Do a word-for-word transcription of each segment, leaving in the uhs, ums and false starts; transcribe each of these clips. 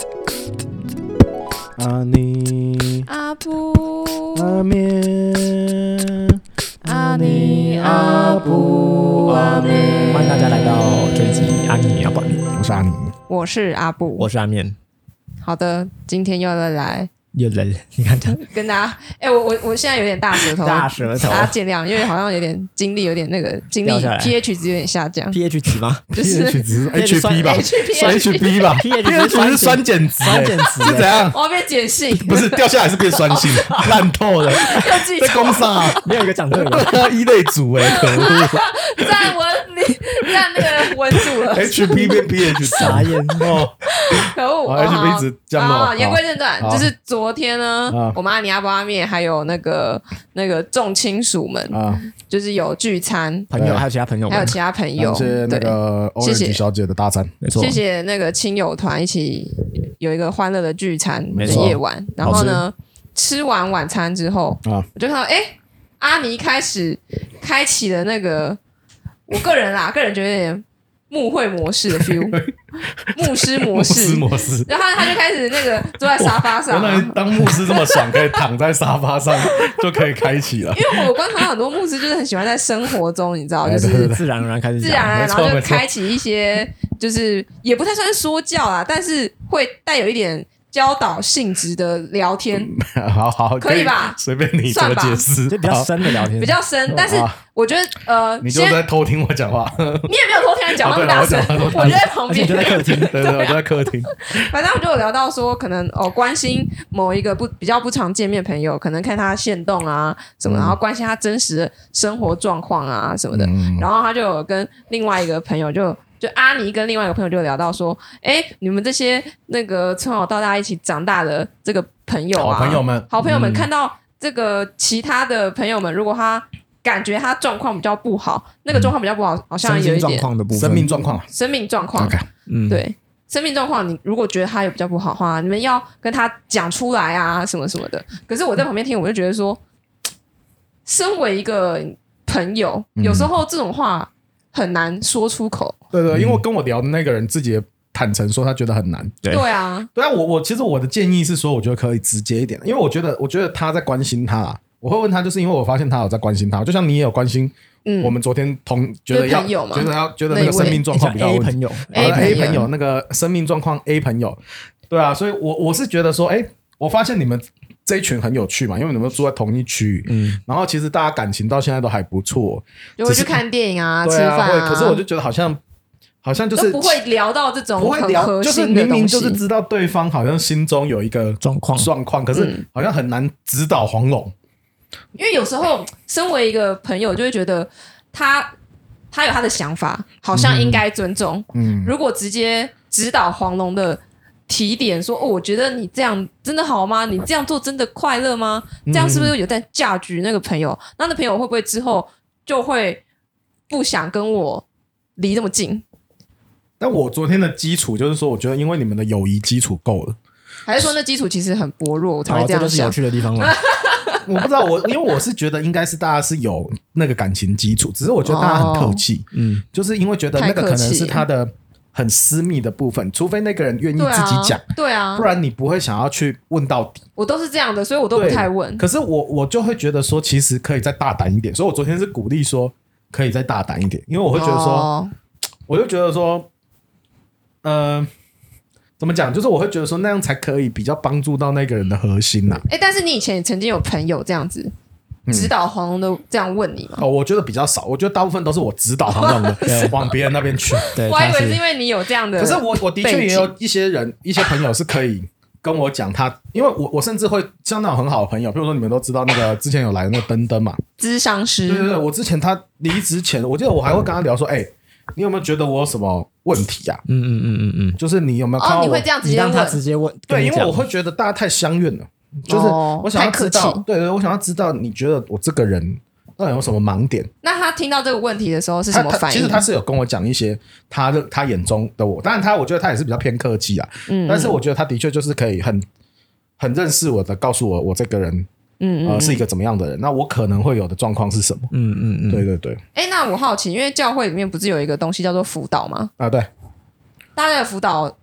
阿尼阿布阿面阿尼阿布阿面， 欢迎大家来到这一集阿尼阿布阿面， 我是阿尼， 我是阿布， 我是阿面。 好的，今天又要来又来了，你看他跟大家，哎、欸，我我我现在有点大舌头， 大舌头， 大家见谅，因为好像有点精力有点那个精力 pH 值有点下降 ，pH 值吗？ 就是 pH 值 H P 吧 H P 吧 ，pH 值是酸碱值， 酸碱值是怎样？ 我要变碱性， 不是掉下来是变酸性，烂透了，在攻上没有一个讲对的， 一类组哎，可恶， 站稳你站那个稳住了 ，H P 变 pH 傻眼哦， 可恶 ，H P 值降落。 言归正传，就是昨天呢，我们阿尼阿布阿面还有那个那个众亲属们啊，就是有聚餐， 朋友还有其他朋友， 还有其他朋友， 谢谢那个欧仁吉小姐的大餐， 没错， 谢谢那个亲友团一起有一个欢乐的聚餐的夜晚，然后呢，吃完晚餐之后啊，我就看到哎，阿尼开始开启了那个，我个人啦，个人觉得有点牧会模式的 feel， 牧师模式， 牧师模式， 然后他就开始那个坐在沙发上、啊。 原来当牧师这么爽，可以躺在沙发上就可以开启了。 因为我观察到很多牧师就是很喜欢在生活中，你知道，就是自然而然开始自然而然，然后就开启一些，就是也不太算是说教啦，但是会带有一点教导性质的聊天。 嗯、好好， 可以吧？ 随便你怎么解释， 就比较深的聊天， 比较深，但是我觉得呃， 你就在偷听我讲话，你也没有偷听你讲话那么大声，我就在旁边， 就在客厅， 对对，我就在客厅。 反正我就有聊到说，可能哦关心某一个不比较不常见面的朋友，可能看他限动啊什么，然后关心他真实的生活状况啊什么的，然后他就有跟另外一个朋友就。就阿尼跟另外一个朋友就聊到说，哎，你们这些那个从小到大一起长大的这个朋友啊， 好朋友们， 好朋友们，嗯、看到这个其他的朋友们，如果他感觉他状况比较不好，那个状况比较不好，好像有一点生命状况， 生命状况，嗯，对，生命状况，你如果觉得他有比较不好的话，你们要跟他讲出来啊，什么什么的。可是我在旁边听，我就觉得说，身为一个朋友，有时候这种话很难说出口。 对对，因为我跟我聊的那个人自己也坦诚说他觉得很难。 对啊， 对啊，我我其实我的建议是说，我觉得可以直接一点，因为我觉得我觉得他在关心他啦，我会问他，就是因为我发现他有在关心他，就像你也有关心。嗯，我们昨天同觉得要觉得要觉得那个生命状况比较 A 朋友 A 朋 A 朋友那个生命状况 A 朋友，对啊，所以我我是觉得说，哎，我发现你们这一群很有趣嘛，因为你们住在同一区域，嗯，然后其实大家感情到现在都还不错， 就会去看电影啊，吃饭啊， 可是我就觉得好像。好像就是不会聊到这种不会聊，就是明明就是知道对方好像心中有一个状况状况，可是好像很难指导黄龙。 因为有时候身为一个朋友，就会觉得他他有他的想法，好像应该尊重。嗯，如果直接指导黄龙的提点说，哦，我觉得你这样真的好吗？你这样做真的快乐吗？这样是不是有在价值那个朋友？那那朋友会不会之后就会不想跟我离这么近？ 但我昨天的基础就是说，我觉得因为你们的友谊基础够了， 还是说那基础其实很薄弱，我才会这样想。 这就是有趣的地方了。 我不知道，我因为我是觉得应该是大家是有那个感情基础，只是我觉得大家很客气，嗯、哦，就是因为觉得那个可能是他的很私密的部分，除非那个人愿意自己讲， 对啊， 不然你不会想要去问到底。 我都是这样的，所以我都不太问。 可是我我就会觉得说，其实可以再大胆一点，所以我昨天是鼓励说可以再大胆一点，因为我会觉得说，哦、我就觉得说。呃，怎么讲？就是我会觉得说那样才可以比较帮助到那个人的核心呐、啊。 哎、欸，但是你以前曾经有朋友这样子指导黄龙的这样问你吗？ 哦，我觉得比较少，我觉得大部分都是我指导黄龙的往别人那边去。 对， 我还以为是因为你有这样的， 可是我我的确也有一些人、一些朋友是可以跟我讲他，因为我我甚至会像那种很好的朋友，比如说你们都知道那个之前有来的那个登登嘛， 諮商師。 对对对，我之前他离职前，我记得我还会跟他聊说，哎、欸。你有没有觉得我有什么问题啊？ 嗯嗯嗯嗯嗯， 就是你有没有看到我？ 哦，你会这样直接问？ 你让他直接问， 对，因为我会觉得大家太相怨了，就是我想要知道， 哦、 对对，我想要知道你觉得我这个人到底有什么盲点？ 那他听到这个问题的时候是什么反应？ 其实他是有跟我讲一些他的他眼中的我，当然他我觉得他也是比较偏客气啊，嗯，但是我觉得他的确就是可以很很认识我的，告诉我我这个人。嗯, 嗯, 嗯、呃，是一个怎么样的人？那我可能会有的状况是什么？嗯嗯嗯，对对对。 哎、欸，那我好奇，因为教会里面不是有一个东西叫做辅导吗？ 啊，对。 大家的辅导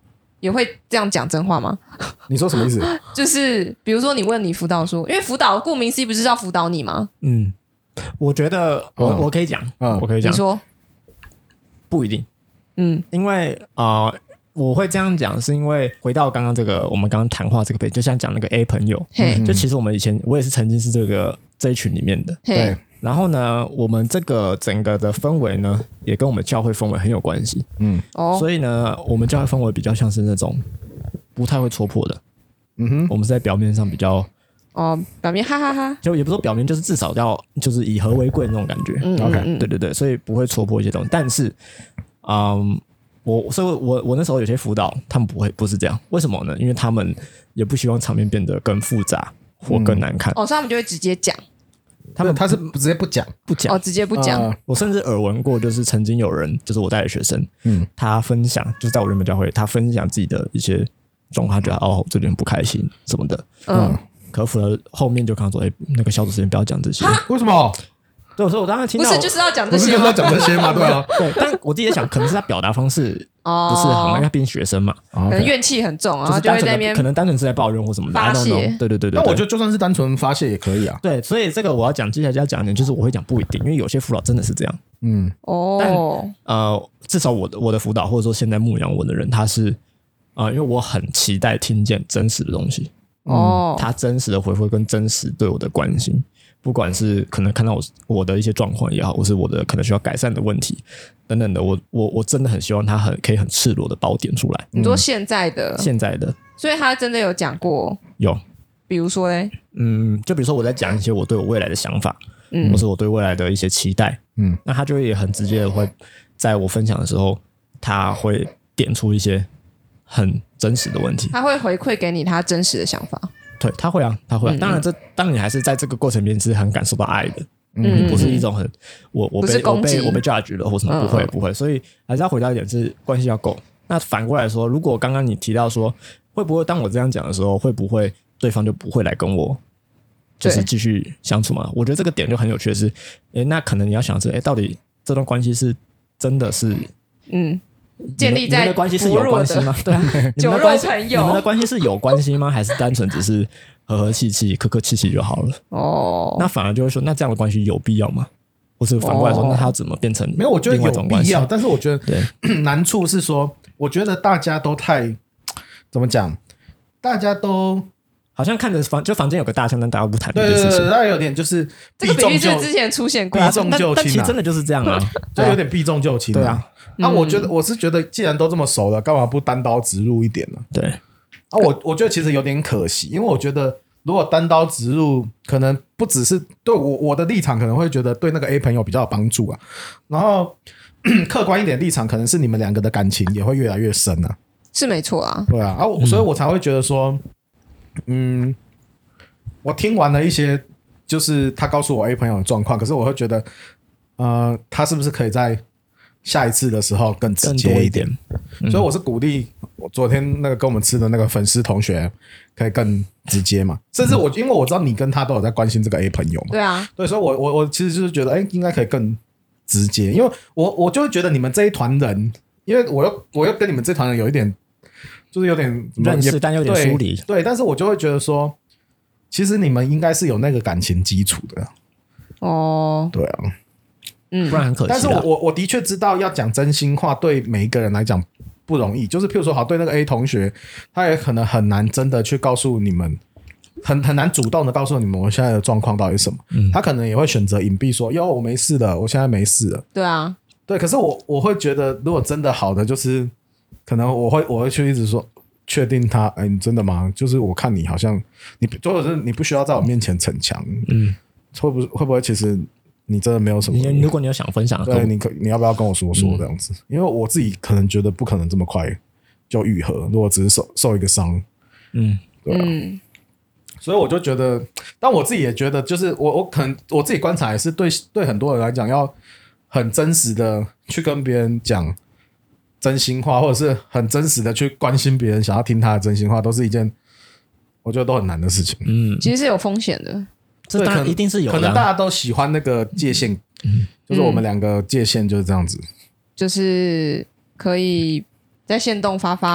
也会这样讲真话吗？ 你说什么意思？ 就是比如说你问你辅导说，因为辅导顾名思义不是要辅导你吗？ 嗯，我觉得我、 嗯、 我可以讲， 嗯， 我可以讲， 你说不一定， 嗯， 因为啊、呃，我会这样讲，是因为回到刚刚这个我们刚刚谈话这个背，就像讲那个 A 朋友， 嘿就其实我们以前我也是曾经是这个这一群里面的， 对。 然后呢，我们这个整个的氛围呢，也跟我们教会氛围很有关系。嗯， 哦， 所以呢，我们教会氛围比较像是那种不太会戳破的。嗯哼，我们是在表面上比较哦，表面哈哈哈， 就也不是说表面，就是至少要就是以和为贵那种感觉。 嗯 OK， 嗯嗯对对对，所以不会戳破一些东西。但是，嗯，我所以我我那时候有些辅导，他们不会不是这样。为什么呢？因为他们也不希望场面变得更复杂或更难看。 哦，所以他们就会直接讲。 他们他是直接不讲不讲哦，直接不讲、 呃。 我甚至耳闻过，就是曾经有人，就是我带的学生，嗯，他分享，就是在我原本教会，他分享自己的一些状况，他觉得哦，这点不开心什么的，嗯，可辅导后面就跟他说，哎、欸，那个小组时间不要讲这些， 为什么？ 对，所以我当时听到不是就是要讲这些， 不是就是要讲这些吗？对啊， 对，但我自己在想，可能是他表达方式不是很，因为他毕竟学生嘛， 可能怨气很重，然后就是单纯的就会在那边可能单纯是在抱怨或什么的， 发泄。 对对对对。 那我觉得就算是单纯发泄也可以啊。 对，所以这个我要讲，接下来要讲一点，就是我会讲不一定，因为有些辅导真的是这样。 嗯， 哦， 呃，至少我的我的辅导或者说现在牧养我的人，他是啊、呃，因为我很期待听见真实的东西。 哦， 他真实的回复跟真实对我的关心。不管是可能看到我我的一些状况也好，或是我的可能需要改善的问题等等的，我我我真的很希望他很可以很赤裸的把我点出来。 你说现在的， 现在的， 所以他真的有讲过， 有， 比如说嘞， 嗯，就比如说我在讲一些我对我未来的想法，嗯，或是我对未来的一些期待，嗯，那他就会也很直接的会在我分享的时候，他会点出一些很真实的问题， 他会回馈给你他真实的想法。 对，他会啊，他会啊。嗯、当然这，这当然你还是在这个过程里面是很感受到爱的，嗯，不是一种很我我被我被我被 judge 了或什么，不会、嗯、不会。所以还是要回到一点是关系要够。那反过来说，如果刚刚你提到说会不会当我这样讲的时候，会不会对方就不会来跟我就是继续相处嘛？我觉得这个点就很有趣的是，诶，那可能你要想是，诶，到底这段关系是真的是嗯。建立在你们的关系是有关系吗？对啊， 酒肉朋友， 你们的关系是有关系吗？还是单纯只是和和气气、客客气气就好了？哦，那反而就会说，那这样的关系有必要吗？或是反过来说，哦、那它怎么变成没有？我觉得有必要，但是我觉得对难处是说，我觉得大家都太怎么讲？大家都。 好像看着房就房间有个大象，但大家不谈这件事情。 对对对，大概有点就是这个比喻是之前出现过， 避重就轻、啊、 但其实真的就是这样啊， 就有点避重就轻、啊。 对啊， 那、啊、我觉得我是觉得，既然都这么熟了，干嘛不单刀直入一点呢？ 对啊，我我觉得其实有点可惜，因为我觉得如果单刀直入，可能不只是对我我的立场可能会觉得对那个 A 朋友比较有帮助啊，然后客观一点立场，可能是你们两个的感情也会越来越深啊。 是没错啊， 对啊，啊，所以我才会觉得说，嗯。我听完了一些，就是他告诉我 A 朋友的状况，可是我会觉得，呃，他是不是可以在下一次的时候更直接一点？ 嗯、 所以我是鼓励我昨天那个跟我们吃的那个粉丝同学可以更直接嘛，甚至我因为我知道你跟他都有在关心这个 A 朋友嘛， 对啊， 对，所以我我我其实就是觉得，哎、欸，应该可以更直接，因为我我就会觉得你们这一团人，因为我又我又跟你们这团人有一点，就是有点认识，但有点疏离， 对，但是我就会觉得说。其实你们应该是有那个感情基础的哦， 对啊， 嗯，不然很可惜。 但是我我我的确知道要讲真心话，对每一个人来讲不容易。就是譬如说，好，对那个 A 同学，他也可能很难真的去告诉你们，很很难主动的告诉你们我现在的状况到底是什么。嗯，他可能也会选择隐蔽说，哟，我没事的，我现在没事了。 对啊， 对。可是我我会觉得，如果真的好的，就是可能我会我会去一直说。确定他，哎，你真的吗？就是我看你好像，你或者是你不需要在我面前逞强，嗯，会不会不会其实你真的没有什么？ 你如果你有想分享的， 对，你可你要不要跟我说说这样子？嗯、因为我自己可能觉得不可能这么快就愈合，如果只是受受一个伤，嗯，对啊，嗯，所以我就觉得，但我自己也觉得，就是我我可能我自己观察也是对对很多人来讲，要很真实的去跟别人讲。真心话，或者是很真实的去关心别人，想要听他的真心话，都是一件我觉得都很难的事情。 嗯，其实是有风险的， 这当然一定是有的。 可能大家都喜欢那个界限，嗯、就是我们两个界限就是这样子， 就是可以在限动发发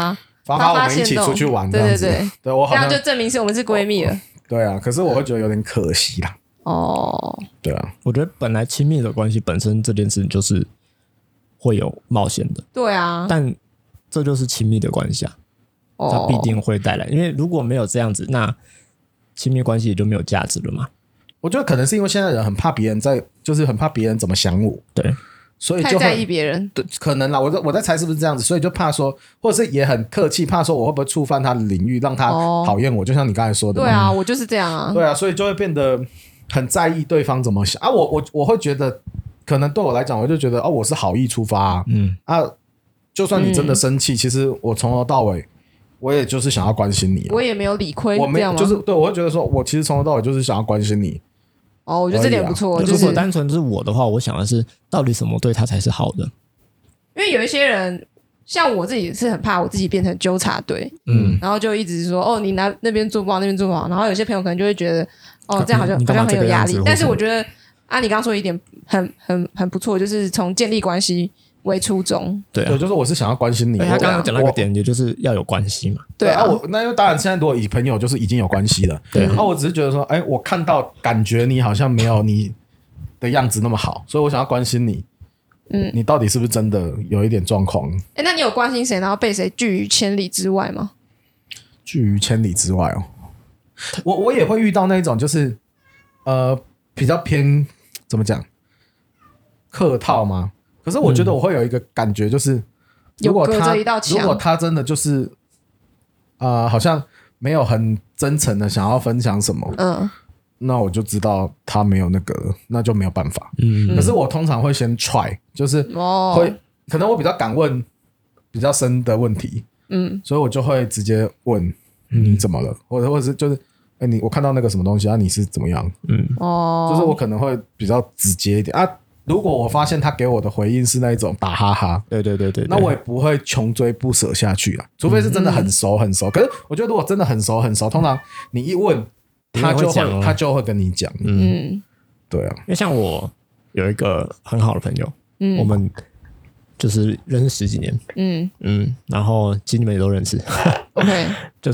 发发我们一起出去玩这样子， 对对对， 对我好像这样就证明是我们是闺蜜了。 对啊，可是我会觉得有点可惜啦。 哦， 对啊， 我觉得本来亲密的关系本身这件事情就是会有冒险的， 对啊， 但这就是亲密的关系啊， 哦、 它必定会带来，因为如果没有这样子，那亲密关系也就没有价值了嘛。 我觉得可能是因为现在人很怕别人在，就是很怕别人怎么想我， 对， 所以就太在意别人， 对，可能啦，我在我在猜是不是这样子，所以就怕说，或者是也很客气，怕说我会不会触犯他的领域，让他讨厌我，就像你刚才说的。 对啊，我就是这样啊。 对啊，所以就会变得很在意对方怎么想啊。我我我会觉得，可能对我来讲，我就觉得哦，我是好意出发啊，嗯啊，就算你真的生气，嗯、其实我从头到尾，我也就是想要关心你、啊， 我也没有理亏， 我没有，就是对我会觉得说，我其实从头到尾就是想要关心你。 哦，我觉得这点不错。 啊、 就是如果单纯是我的话，我想的是到底什么对他才是好的？ 因为有一些人，像我自己是很怕我自己变成纠察队，嗯，然后就一直说哦，你拿那边做不好，那边做不好，然后有些朋友可能就会觉得哦，这样好像好像很有压力。但是我觉得啊，你刚刚说一点很很很不错，就是从建立关系为初衷。 对、啊， 对，就是我是想要关心你。 他刚刚讲那个点，也就是要有关系嘛。 对啊， 我那因为当然现在如果以朋友就是已经有关系了，对。然后我只是觉得说，哎，我看到感觉你好像没有你的样子那么好，所以我想要关心你。嗯，你到底是不是真的有一点状况？ 哎，那你有关心谁，然后被谁拒于千里之外吗？ 拒于千里之外哦，我我也会遇到那种就是呃比较偏怎么讲客套吗？可是我觉得我会有一个感觉，就是、嗯、如果他如果他真的就是呃好像没有很真诚的想要分享什么，嗯。那我就知道他没有那个，那就没有办法。嗯，可是我通常会先 try， 就是会、哦、可能我比较敢问比较深的问题，嗯，所以我就会直接问你怎么了，嗯、或者或者是就是，哎、欸，你我看到那个什么东西啊，你是怎么样？嗯，哦，就是我可能会比较直接一点啊。如果我发现他给我的回应是那一种打哈哈， 对对对 对, 对， 那我也不会穷追不舍下去啊，除非是真的很熟很熟。嗯、可是我觉得如果真的很熟很熟，通常你一问。他就会、哦、他就会跟你讲，嗯，对啊， 因为像我有一个很好的朋友，嗯，我们就是认识十几年，嗯嗯，然后其实你们也都认识 ，OK， 就是，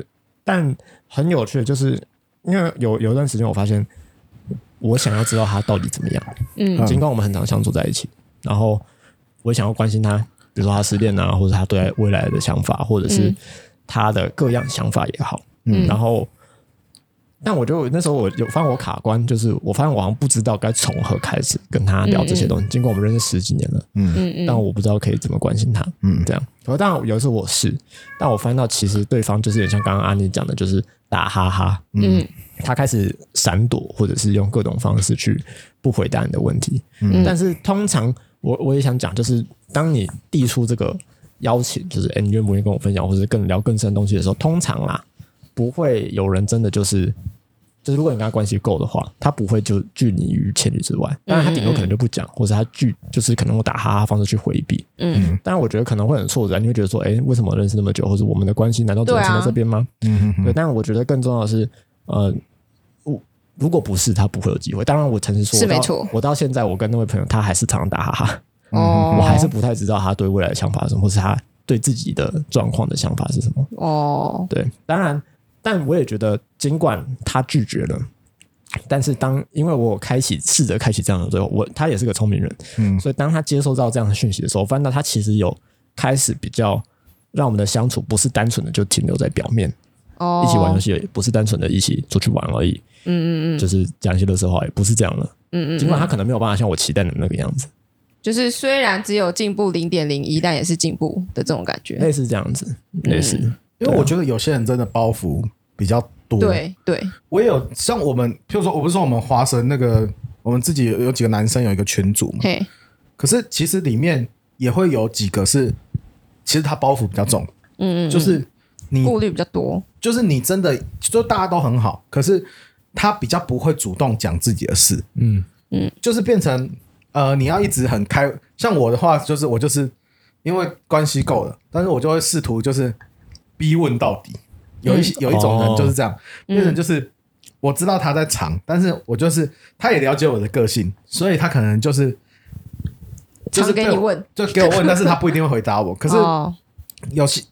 但很有趣的就是，因为有有一段时间我发现，我想要知道他到底怎么样，嗯，尽管我们很常相处在一起，然后我想要关心他，比如说他失恋啊，或者他对未来的想法，或者是他的各样想法也好，嗯，然后。但我就那时候我有发现我卡关，就是我发现我好像不知道该从何开始跟他聊这些东西。嗯嗯尽管我们认识十几年了，嗯嗯但我不知道可以怎么关心他，嗯，这样。可当然有一次我是，但我发现到其实对方就是有点像刚刚安妮讲的，就是打哈哈，嗯，他开始闪躲或者是用各种方式去不回答你的问题。嗯，但是通常我我也想讲，就是当你递出这个邀请，就是哎，你愿不愿意跟我分享，或者更聊更深的东西的时候，通常啦。不会有人真的就是，就是如果你跟他关系够的话，他不会就拒你于千里之外。当然，他顶多可能就不讲，或者他拒就是可能会打哈哈方式去回避。嗯，当然我觉得可能会很挫折，你会觉得说，哎，为什么认识那么久，或者我们的关系难道只能停在这边吗？嗯对。但我觉得更重要的是，呃，如果不是，他不会有机会。当然，我诚实说， 是没错。 我到现在，我跟那位朋友，他还是常常打哈哈。哦，我还是不太知道他对未来的想法是什么，或是他对自己的状况的想法是什么。哦，对，当然。但我也觉得，尽管他拒绝了，但是当因为我有开启试着开启这样的时候，我他也是个聪明人，嗯，所以当他接收到这样的讯息的时候，我发现到他其实有开始比较让我们的相处不是单纯的就停留在表面，哦，一起玩游戏也不是单纯的一起出去玩而已，嗯嗯嗯，就是讲一些垃圾话也不是这样的，嗯嗯，尽管他可能没有办法像我期待的那个样子， 就是虽然只有进步 零点零一， 但也是进步的这种感觉， 类似这样子，类似。嗯因为我觉得有些人真的包袱比较多， 对对，我也有像我们，譬如说，我不是说我们华神那个，我们自己有几个男生有一个群组嘛，可是其实里面也会有几个是，其实他包袱比较重，嗯嗯，就是你顾虑比较多， 就是你真的就大家都很好，可是他比较不会主动讲自己的事，嗯嗯，就是变成呃，你要一直很开，像我的话，就是我就是因为关系够了，但是我就会试图就是。逼问到底，有一、嗯、有一种人就是这样，嗯、变成就是我知道他在藏，但是我就是他也了解我的个性，所以他可能就是就是给你问， 就给我问，但是他不一定会回答我。可是有些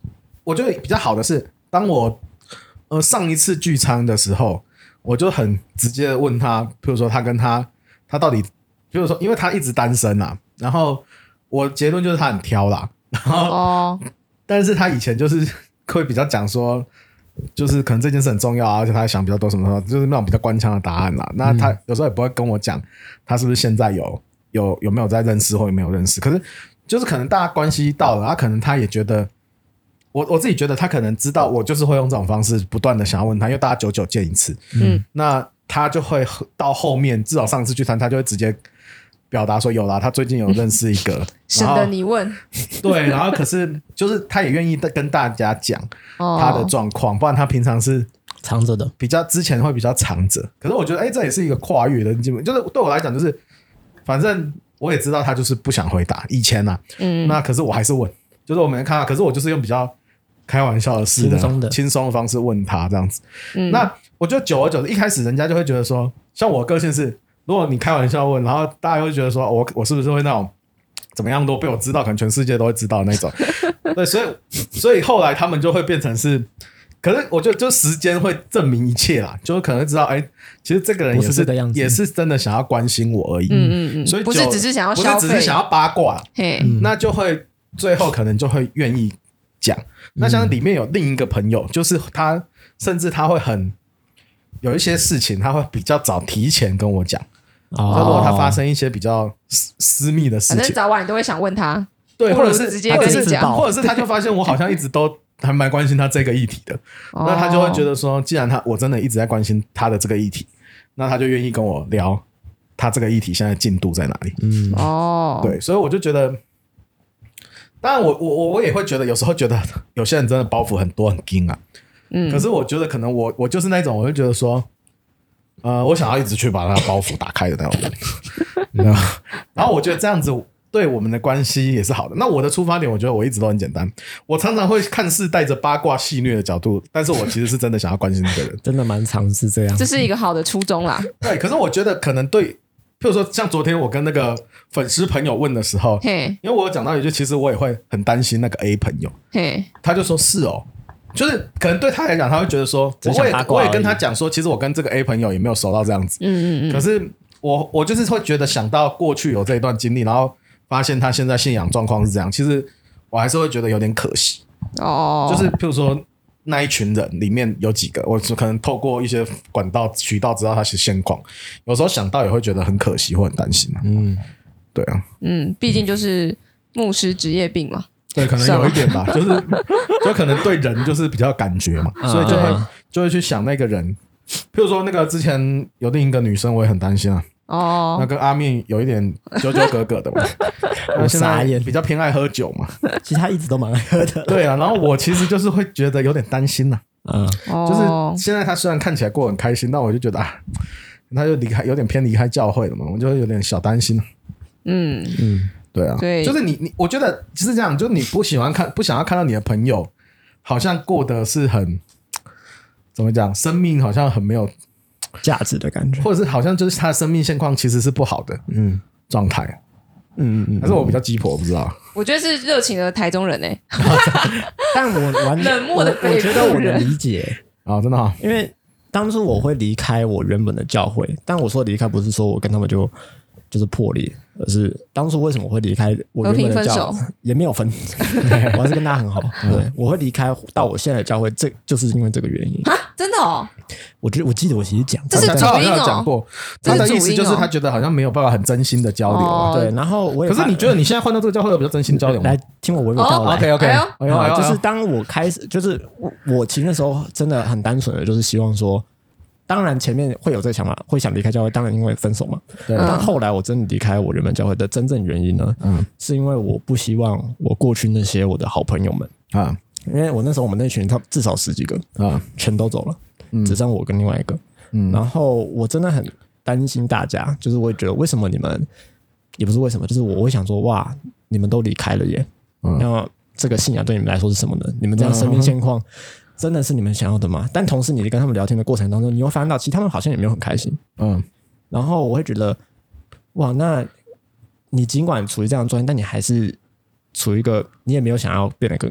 我觉得比较好的是，当我呃上一次聚餐的时候，我就很直接的问他，比如说他跟他他到底，比如说因为他一直单身啊，然后我结论就是他很挑啦，然后、哦、但是他以前就是会比较讲说，就是可能这件事很重要啊，而且他想比较多什么，就是那种比较官腔的答案啦。那他有时候也不会跟我讲他是不是现在有有有没有在认识或有没有认识，可是就是可能大家关系到了，他可能他也觉得。我我自己觉得他可能知道我就是会用这种方式不断的想要问他，因为大家久久见一次，嗯，那他就会到后面，至少上次聚餐他就会直接表达说有啦，他最近有认识一个， 省得你问， 对，然后可是就是他也愿意跟大家讲他的状况，不然他平常是藏着的， 比较之前会比较藏着，可是我觉得哎、欸，这也是一个跨越的，就是对我来讲就是反正我也知道他就是不想回答，以前啊，嗯，那可是我还是问，就是我没看到，可是我就是用比较。开玩笑的事的轻松的方式问他这样子、嗯、那我觉得久而久之一开始人家就会觉得说像我个性是如果你开玩笑问然后大家会觉得说我我是不是会那种怎么样都被我知道可能全世界都会知道那种对所以所以后来他们就会变成是可是我觉得就时间会证明一切啦就可能知道哎、欸，其实这个人也 是, 是也是真的想要关心我而已嗯嗯嗯，所以不是只是想要消费不是只是想要八卦嗯、那就会最后可能就会愿意讲那像里面有另一个朋友、嗯、就是他甚至他会很有一些事情他会比较早提前跟我讲哦，如果他发生一些比较私密的事情反正早晚你都会想问他对或者是直接跟你讲或者是他就发现我好像一直都还蛮关心他这个议题的、哦、那他就会觉得说既然他我真的一直在关心他的这个议题那他就愿意跟我聊他这个议题现在进度在哪里嗯哦对所以我就觉得当然我我我也会觉得有时候觉得有些人真的包袱很多很硬啊，嗯，可是我觉得可能我我就是那种我会觉得说，呃，我想要一直去把他的包袱打开的那种人，然后我觉得这样子对我们的关系也是好的。那我的出发点，我觉得我一直都很简单，我常常会看似带着八卦戏谑的角度，但是我其实是真的想要关心这个人， 真的蛮常是这样， 这是一个好的初衷啦。 对，可是我觉得可能对。譬如说像昨天我跟那个粉丝朋友问的时候因为我有讲到一句其实我也会很担心那个 A 朋友他就说是哦就是可能对他来讲他会觉得说我也我也跟他讲说其实我跟这个 A 朋友也没有熟到这样子嗯嗯嗯可是我我就是会觉得想到过去有这一段经历然后发现他现在信仰状况是这样其实我还是会觉得有点可惜哦就是譬如说那一群人里面有几个我可能透过一些管道渠道知道他是现况有时候想到也会觉得很可惜或很担心嗯，对啊嗯，毕竟就是牧师职业病嘛对可能有一点吧就是就可能对人就是比较感觉嘛所以就会就会去想那个人譬如说那个之前有另一个女生我也很担心啊哦，那跟阿密有一点纠纠葛葛的嘛我傻眼比较偏爱喝酒嘛其实他一直都蛮爱喝的对啊然后我其实就是会觉得有点担心啊嗯，就是现在他虽然看起来过得很开心但我就觉得啊他就离开有点偏离开教会了嘛我就有点小担心嗯嗯对啊对就是你你我觉得是这样就是你不喜欢看不想要看到你的朋友好像过得是很怎么讲生命好像很没有价值的感觉或者是好像就是他的生命现况其实是不好的嗯状态嗯嗯嗯还是我比较鸡婆我不知道我觉得是热情的台中人欸但我完冷漠的北部人我, 我觉得我能理解啊真的好因为当初我会离开我原本的教会但我说离开不是说我跟他们就就是破裂而是当初为什么我会离开我原本的教会也没有分我还是跟他很好对我会离开到我现在的教会这就是因为这个原因啊真的哦我觉得我记得我其实讲这是主因哦讲过他的意思就是他觉得好像没有办法很真心的交流、哦、 对然后我也可是你觉得你现在换到这个教会有比较真心交流吗来听我娓娓道来、 哦、OK OK 哎呦哎呦就是当我开始就是我我其实那时候真的很单纯的就是希望说当然前面会有这个想法会想离开教会当然因为分手嘛对但后来我真的离开我原本教会的真正原因呢嗯是因为我不希望我过去那些我的好朋友们啊因为我那时候我们那群至少十几个啊全都走了、嗯、只剩我跟另外一个嗯然后我真的很担心大家就是我会觉得为什么你们也不是为什么就是我会想说哇你们都离开了耶、嗯、那这个信仰对你们来说是什么呢你们这样生命现况、嗯真的是你们想要的吗？但同时你跟他们聊天的过程当中你会发现到其实他们好像也没有很开心嗯，然后我会觉得哇那你尽管处于这样的状态但你还是处于一个你也没有想要变得更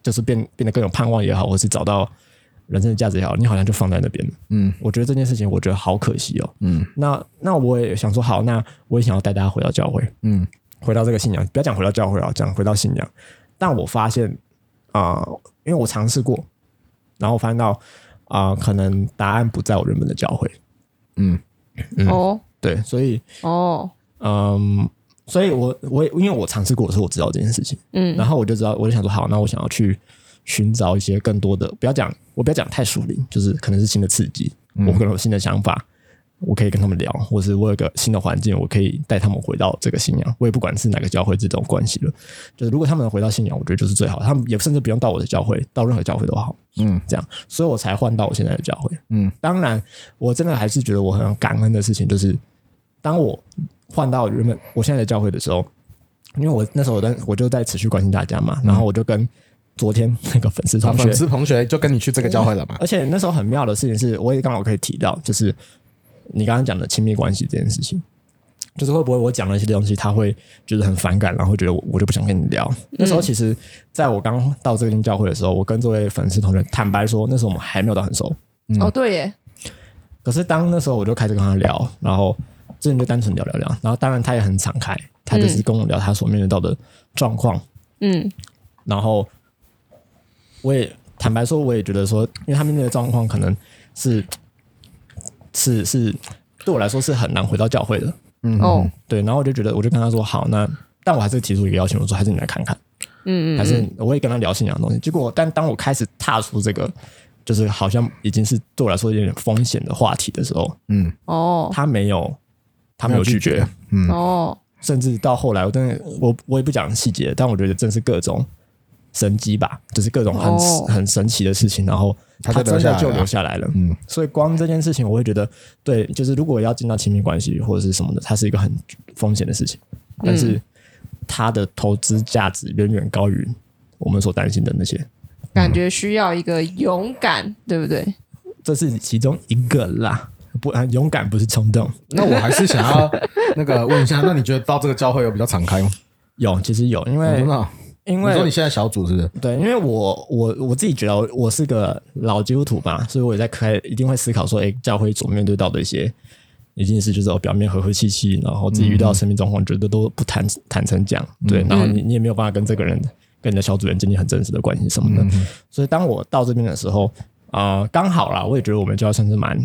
就是变变得更有盼望也好，或是找到人生的价值也好，你好像就放在那边了。嗯，我觉得这件事情，我觉得好可惜哦。嗯，那那我也想说，好，那我也想要带大家回到教会，嗯，回到这个信仰，不要讲回到教会啊，讲回到信仰。但我发现啊、呃，因为我尝试过，然后我发现到啊、呃，可能答案不在我原本的教会。嗯，嗯哦，对，所以哦，嗯。所以我我因为我尝试过的时候，我知道这件事情，嗯，然后我就知道，我就想说，好，那我想要去寻找一些更多的，不要讲，我不要讲太属灵，就是可能是新的刺激，嗯、我可能有新的想法，我可以跟他们聊，或是我有个新的环境，我可以带他们回到这个信仰，我也不管是哪个教会这种关系了，就是如果他们能回到信仰，我觉得就是最好，他们也甚至不用到我的教会，到任何教会都好，嗯，这样，所以我才换到我现在的教会，嗯，当然，我真的还是觉得我很感恩的事情，就是当我换到原本我现在的教会的时候，因为我那时候我我就在持续关心大家嘛，然后我就跟昨天那个粉丝同学， 粉丝同学就跟你去这个教会了嘛。 而且那时候很妙的事情是，我也刚好可以提到，就是你刚刚讲的亲密关系这件事情，就是会不会我讲了一些东西，他会觉得很反感，然后觉得我我就不想跟你聊。嗯、那时候其实在我刚到这间教会的时候，我跟这位粉丝同学坦白说，那时候我们还没有到很熟。 嗯、哦，对耶。 可是当那时候我就开始跟他聊，然后。之前就单纯聊聊聊，然后当然他也很敞开，他就是跟我聊他所面对到的状况，嗯，然后我也坦白说，我也觉得说，因为他面对的状况可能是是是对我来说是很难回到教会的，嗯哦，对，然后我就觉得，我就跟他说好，那但我还是提出一个要求，我说还是你来看看，嗯嗯，还是我也跟他聊信仰的东西。结果，但当我开始踏出这个，就是好像已经是对我来说有点风险的话题的时候，嗯哦，他没有。他没有拒绝，嗯，哦，甚至到后来，我真的，我我也不讲细节，但我觉得真是各种神迹吧，就是各种很、哦、很神奇的事情，然后他真的就留下来了，嗯，所以光这件事情，我会觉得，对，就是如果要进到亲密关系或者是什么的，它是一个很风险的事情，但是它的投资价值远远高于我们所担心的那些， 感觉需要一个勇敢，对不对？ 这是其中一个啦。不，勇敢不是冲动。 那我还是想要那个问一下，那你觉得到这个教会有比较敞开吗？ 有，其实有，因为、 哦、因为你说你现在小组是不是？ 对，因为我我我自己觉得我是个老基督徒嘛，所以我也在开一定会思考说，哎，教会所面对到的一些一件事，就是我表面和和气气，然后自己遇到生命状况，觉得都不坦坦诚讲，对，然后你你也没有办法跟这个人跟你的小组员建立很真实的关系什么的。嗯、所以当我到这边的时候，啊、呃，刚好啦，我也觉得我们教会算是蛮。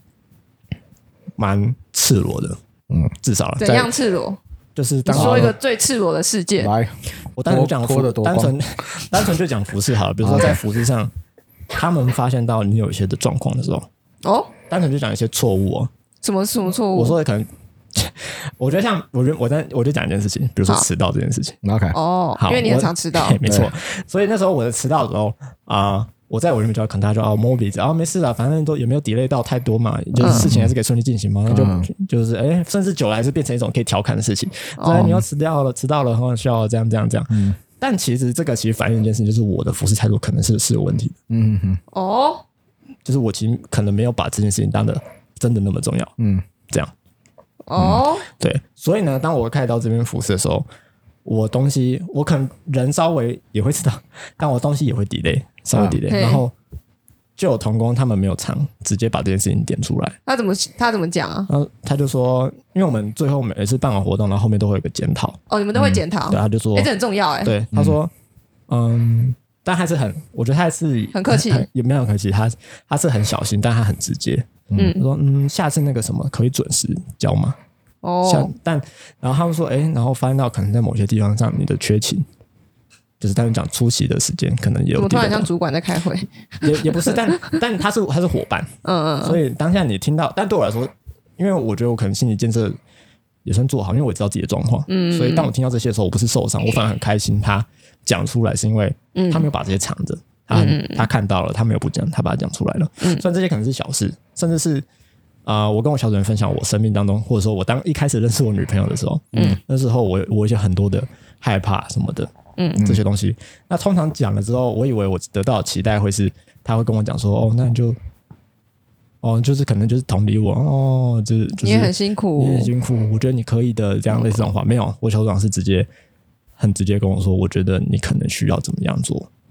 蛮赤裸的，嗯，至少怎样赤裸？ 就是当说一个最赤裸的事件。 来， 我单纯讲服，单纯单纯就讲服饰好了。比如说在服饰上，他们发现到你有一些的状况的时候，哦，单纯就讲一些错误哦。 什么什么错误？ 我说的可能，我觉得像我我在我就讲一件事情，比如说迟到这件事情。 OK， 哦，好，因为你很常迟到， 没错。所以那时候我的迟到的时候啊。呃我在我原本教可能大家就哦 Moby 啊没事啦，反正都也没有 delay 到太多嘛，就是事情还是可以顺利进行嘛，那、嗯、就就是哎，甚至久了还是变成一种可以调侃的事情。所以、哦、你要迟到了，迟到了，然后需要这样这样这样。嗯、但其实这个其实反映一件事情，就是我的服侍态度可能是是有问题的。嗯哼，哦，就是我其实可能没有把这件事情当得真的那么重要。嗯，这样。哦、嗯，对，所以呢，当我开始到这边服侍的时候。我东西，我可能人稍微也会知道，但我东西也会 delay， 稍微 delay，、啊、然后就有同工他们没有常直接把这件事情点出来。 他怎么他怎么讲啊？ 然后他就说，因为我们最后每次办完活动，然后后面都会有一个检讨。 哦，你们都会检讨、 嗯？对，他就说， 哎、欸，这很重要哎、欸。 对，他说，嗯，嗯但还是很，我觉得他还是很客气， 也没有很客气，他他是很小心，但他很直接。嗯，他说，嗯，下次那个什么可以准时交吗？哦，像但然后他们说，哎，然后发现到可能在某些地方上你的缺勤，就是他们讲出席的时间可能也有。 我突然像主管在开会， 也也不是，但但他是他是伙伴，嗯嗯，所以当下你听到，但对我来说，因为我觉得我可能心理建设也算做好，因为我知道自己的状况，嗯，所以当我听到这些的时候，我不是受伤，我反而很开心。他讲出来是因为他没有把这些藏着，他很他看到了，他没有不讲，他把它讲出来了。嗯，虽然这些可能是小事，甚至是。啊、呃，我跟我小主任分享我生命当中，或者说我当一开始认识我女朋友的时候，嗯，那时候我我有一些很多的害怕什么的，嗯，这些东西。那通常讲了之后，我以为我得到的期待会是他会跟我讲说，哦，那你就，哦，就是可能就是同理我，哦，就是、就是、 你也很辛苦， 你也很辛苦，我觉得你可以的，这样类似这种话、嗯、没有，我小组长是直接很直接跟我说，我觉得你可能需要怎么样做，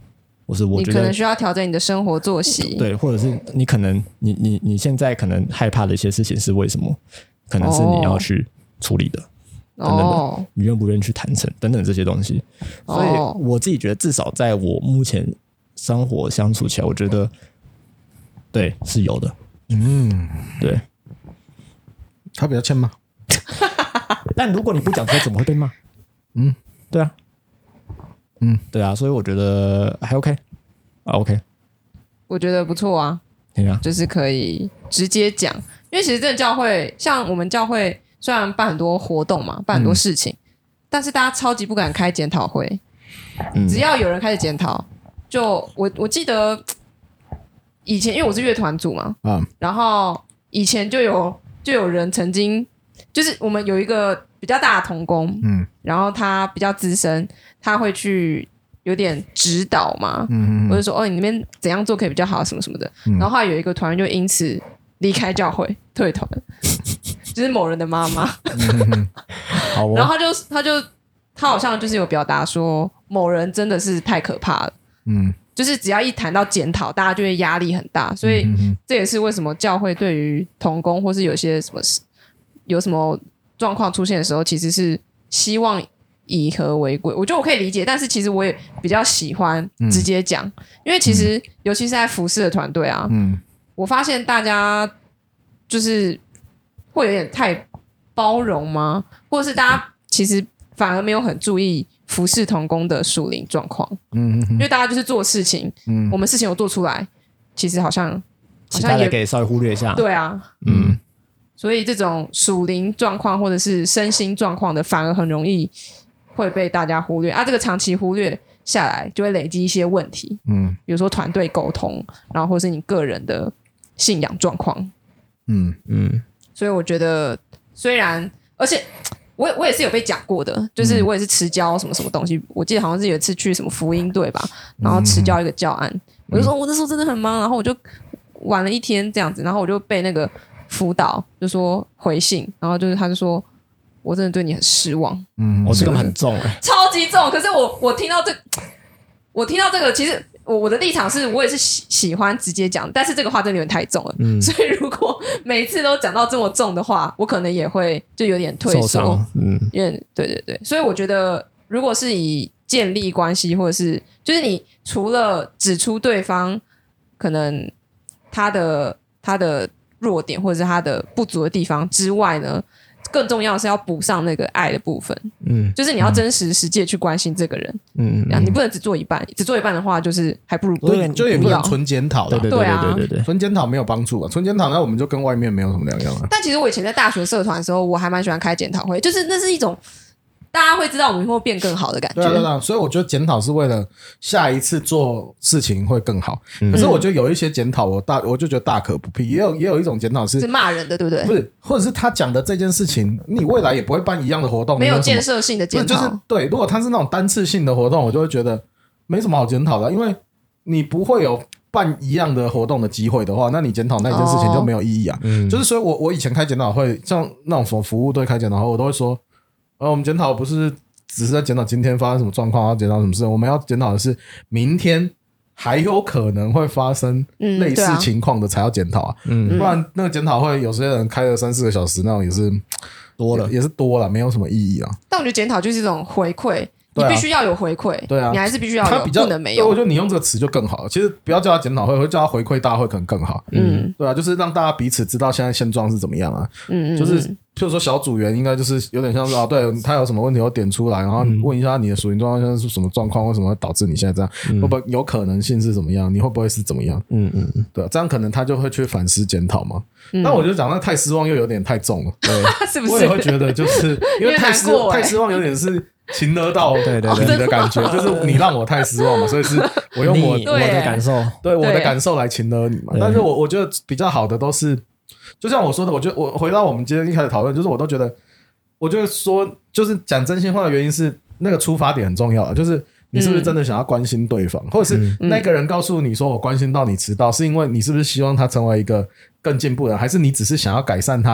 或是我觉得你可能需要调整你的生活作息， 对，或者是你可能你你你现在可能害怕的一些事情是为什么？可能是你要去处理的。哦、等等的，你愿不愿意去谈成等等这些东西，所以我自己觉得，至少在我目前生活相处起来，我觉得对是有的。嗯，对， 他比较欠骂， 但如果你不讲出来，怎么会被骂？嗯，对啊，嗯，对啊，所以我觉得还 OK 啊 ，OK， 我觉得不错啊， 对啊， 就是可以直接讲，因为其实这个教会，像我们教会虽然办很多活动嘛，办很多事情，嗯、但是大家超级不敢开检讨会，嗯、只要有人开始检讨，就我我记得。以前因为我是乐团组嘛，嗯，然后以前就有就有人曾经，就是我们有一个比较大的同工，嗯，然后他比较资深，他会去有点指导嘛，嗯，或者说哦你那边怎样做可以比较好什么什么的，嗯、然后后来有一个团员就因此离开教会退团，就是某人的妈妈，嗯、好、哦，然后他就他就他好像就是有表达说某人真的是太可怕了，嗯。就是只要一谈到检讨，大家就会压力很大，所以这也是为什么教会对于同工或是有些什么有什么状况出现的时候，其实是希望以和为贵。我觉得我可以理解，但是其实我也比较喜欢直接讲，嗯、因为其实、嗯、尤其是在服侍的团队啊，嗯、我发现大家就是会有点太包容吗？或者是大家其实反而没有很注意服侍同工的属灵状况，嗯嗯，因为大家就是做事情，嗯，我们事情有做出来，其实好像好像也可以稍微忽略一下， 对啊，嗯，所以这种属灵状况或者是身心状况的，反而很容易会被大家忽略啊。这个长期忽略下来，就会累积一些问题，嗯，比如说团队沟通，然后或是你个人的信仰状况，嗯嗯，所以我觉得虽然而且。我我也是有被讲过的，就是我也是持教什么什么东西，嗯、我记得好像是有一次去什么福音队吧，然后持教一个教案，嗯、我就说我那时候真的很忙，然后我就玩了一天这样子，然后我就被那个辅导就说回信，然后就是他就说我真的对你很失望， 嗯，我这个很重、欸， 超级重，可是我我听到这我听到这个其实。我我的立场是我也是喜喜欢直接讲，但是这个话真的有点太重了，嗯、所以如果每一次都讲到这么重的话，我可能也会就有点退缩，嗯，因为对对对，所以我觉得如果是以建立关系，或者是就是你除了指出对方可能他的他的弱点或者是他的不足的地方之外呢。更重要的是要补上那个爱的部分，嗯，就是你要真实实际去关心这个人，嗯嗯，你不能只做一半，只做一半的话，就是还不如不就也不能纯检讨了， 对对对对对对， 纯检讨没有帮助啊，纯检讨那我们就跟外面没有什么两样啊。 但其实我以前在大学社团的时候，我还蛮喜欢开检讨会，就是那是一种。大家会知道我们会变更好的感觉。 对啊，对啊，所以我觉得检讨是为了下一次做事情会更好。嗯、可是我觉得有一些检讨，我大我就觉得大可不必。也有也有一种检讨是是骂人的，对不对？ 不是，或者是他讲的这件事情，你未来也不会办一样的活动， 没有建设性的检讨。 就是对，如果他是那种单次性的活动，我就会觉得没什么好检讨的，因为你不会有办一样的活动的机会的话，那你检讨那件事情就没有意义啊。哦、就是所以我我以前开检讨会，像那种什么服务队开检讨会，我都会说，呃，我们检讨不是。只是在检讨今天发生什么状况，要检讨什么事。我们要检讨的是明天还有可能会发生类似情况的才要检讨啊。嗯，不然那个检讨会有些人开了三四个小时，那种也是多了，也是多了，没有什么意义啊。 但我觉得检讨就是一种回馈。你必须要有回馈， 对啊， 你还是必须要有，不能没有。 我觉得你用这个词就更好了。其实不要叫他检讨会，会叫他回馈大会可能更好。嗯，对啊，就是让大家彼此知道现在现状是怎么样啊。嗯嗯，就是譬如说小组员应该就是有点像是啊，对他有什么问题我点出来，然后问一下你的属灵状况现在是什么状况，为什么会导致你现在这样，嗯、会不会有可能性是怎么样？你会不会是怎么样？嗯嗯嗯，对啊，这样可能他就会去反思检讨嘛。嗯、但我觉得讲那太失望又有点太重了，对， 是不是？ 我也会觉得就是因为太失欸、太失望有点是。情勒到对对对你的感觉，就是你让我太失望嘛，所以是我用我我的感受， 对我的感受来情勒你嘛。但是我我觉得比较好的都是，就像我说的，我觉得我回到我们今天一开始讨论，就是我都觉得，我觉得说就是讲真心话的原因是那个出发点很重要，就是你是不是真的想要关心对方，嗯、或者是那个人告诉你说我关心到你迟到，是因为你是不是希望他成为一个更进步的人，还是你只是想要改善他的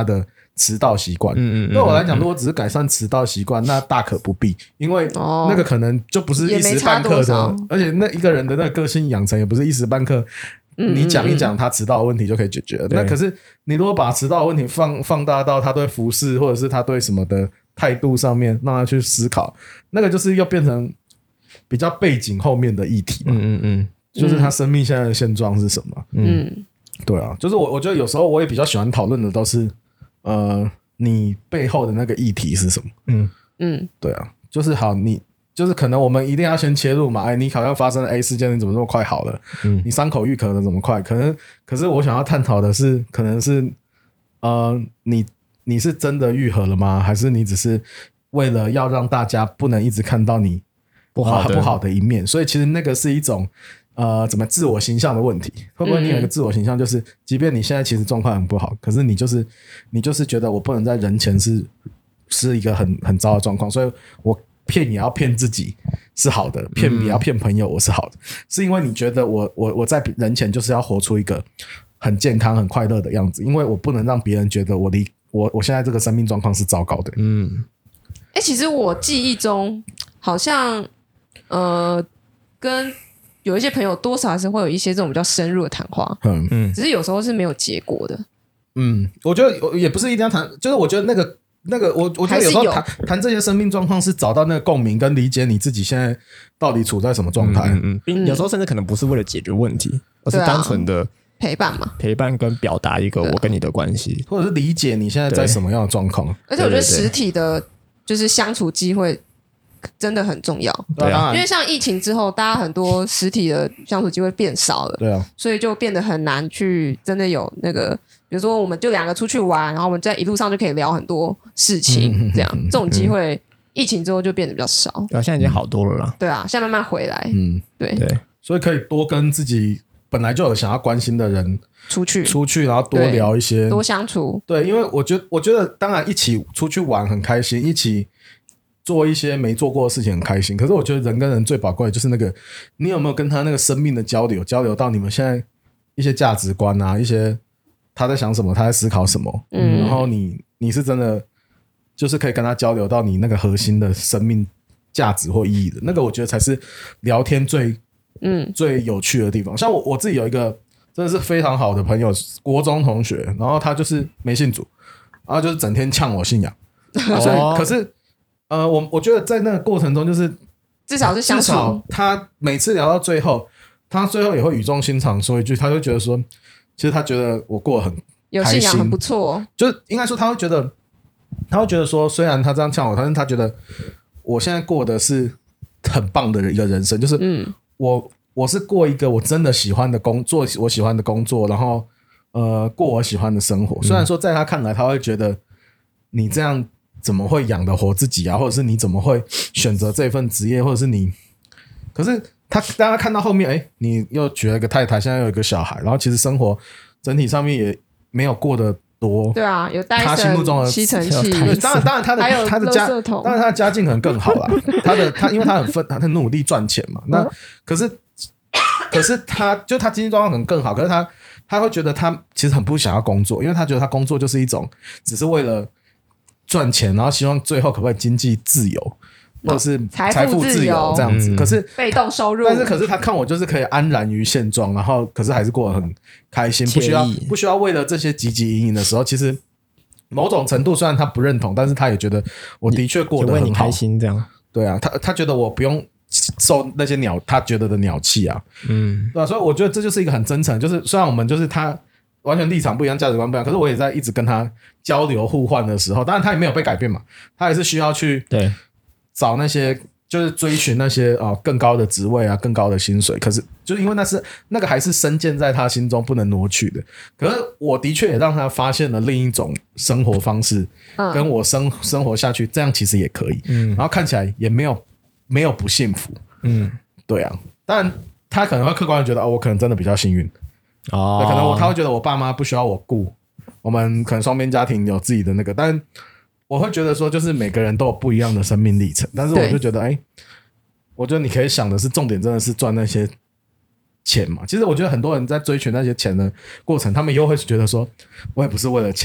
迟到习惯。嗯嗯，对我来讲，如果只是改善迟到习惯，那大可不必，因为那个可能就不是一时半刻的，而且那一个人的那个个性养成也不是一时半刻。你讲一讲他迟到的问题就可以解决了。那可是你如果把迟到的问题放放大到他对服饰或者是他对什么的态度上面，让他去思考，那个就是又变成比较背景后面的议题嘛。嗯嗯嗯，就是他生命现在的现状是什么？嗯，对啊，就是我我觉得有时候我也比较喜欢讨论的都是呃你背后的那个议题是什么。嗯嗯，对啊，就是好你。就是可能我们一定要先切入嘛，哎，你好像发生了 A 事件，你怎么这么快好了？嗯，你伤口愈合的怎么快？可能，可是我想要探讨的是，可能是，呃，你你是真的愈合了吗？还是你只是为了要让大家不能一直看到你不好的、呃、不好的一面？所以其实那个是一种呃，怎么自我形象的问题？会不会你有一个自我形象，就是即便你现在其实状况很不好，可是你就是你就是觉得我不能在人前是是一个很很糟的状况，所以我。骗也要骗自己是好的，骗也要骗朋友我是好的，嗯、是因为你觉得我我我在人前就是要活出一个很健康很快乐的样子，因为我不能让别人觉得我离我我现在这个生命状况是糟糕的。嗯， 哎、欸，其实我记忆中好像呃跟有一些朋友多少还是会有一些这种比较深入的谈话，嗯嗯，只是有时候是没有结果的。 嗯，我觉得也不是一定要谈，就是我觉得那个。那个我我觉得有时候谈谈这些生命状况是找到那个共鸣跟理解你自己现在到底处在什么状态。 嗯嗯，有时候甚至可能不是为了解决问题，而是单纯的陪伴嘛， 陪伴跟表达一个我跟你的关系， 或者是理解你现在在什么样的状况。 而且我觉得实体的就是相处机会真的很重要。 对啊， 因为像疫情之后，大家很多实体的相处机会变少了， 对啊， 所以就变得很难去真的有那个。比如说，我们就两个出去玩，然后我们在一路上就可以聊很多事情，这样、嗯、这种机会、嗯，疫情之后就变得比较少。 对啊，现在已经好多了啦。 对啊，现在慢慢回来。嗯，对对， 所以可以多跟自己本来就有想要关心的人出去， 出去，然后多聊一些， 多相处。 对，因为我觉得，我觉得当然一起出去玩很开心，一起做一些没做过的事情很开心。可是我觉得人跟人最宝贵的就是那个，你有没有跟他那个生命的交流，交流到你们现在一些价值观啊，一些。他在想什么？他在思考什么？嗯，然后你你是真的就是可以跟他交流到你那个核心的生命价值或意义的那个，我觉得才是聊天最嗯最有趣的地方。像我我自己有一个真的是非常好的朋友，国中同学，然后他就是没信主，然后就是整天呛我信仰，啊、所以可是呃，我我觉得在那个过程中，就是至少是相处， 至少他每次聊到最后，他最后也会语重心长说一句，他就觉得说。其实他觉得我过得很有信仰，很不错。 就是应该说，他会觉得，他会觉得说，虽然他这样呛我，但是他觉得我现在过的是很棒的一个人生。就是我，嗯、我是过一个我真的喜欢的工作，我喜欢的工作，然后呃，过我喜欢的生活。虽然说在他看来，他会觉得你这样怎么会养得活自己啊？或者是你怎么会选择这份职业？或者是你，可是。他当他看到后面，哎，你又娶了一个太太，现在又有一个小孩，然后其实生活整体上面也没有过得多。 对啊，有戴他心目中的吸尘器， 当然当然他的他的家，当然他的家境可能更好啦。他的他因为他很分，他很努力赚钱嘛。那可是可是他就他经济状况可能更好，可是他他会觉得他其实很不想要工作，因为他觉得他工作就是一种只是为了赚钱，然后希望最后可不可以经济自由。或者是财富自由这样子，可是被动收入， 但是可是他看我就是可以安然于现状，然后可是还是过得很开心，不需要不需要为了这些汲汲营营的时候，其实某种程度虽然他不认同，但是他也觉得我的确过得很好， 开心这样。 对啊，他他觉得我不用受那些鸟他觉得的鸟气啊，嗯，对啊，所以我觉得这就是一个很真诚，就是虽然我们就是他完全立场不一样，价值观不一样，可是我也在一直跟他交流互换的时候，当然他也没有被改变嘛，他还是需要去对。 找那些就是追寻那些啊、呃、更高的职位啊，更高的薪水，可是就是因为那是那个还是深建在他心中不能挪去的。可是我的确也让他发现了另一种生活方式，嗯、跟我生生活下去，这样其实也可以。嗯，然后看起来也没有没有不幸福。嗯，对啊。当然他可能会客观的觉得，哦，我可能真的比较幸运。哦，可能我他会觉得我爸妈不需要我顾，我们可能双边家庭有自己的那个，但。我会觉得说，就是每个人都有不一样的生命历程，但是我就觉得，哎，我觉得你可以想的是，重点真的是赚那些钱嘛。其实我觉得很多人在追求那些钱的过程，他们又会觉得说，我也不是为了钱，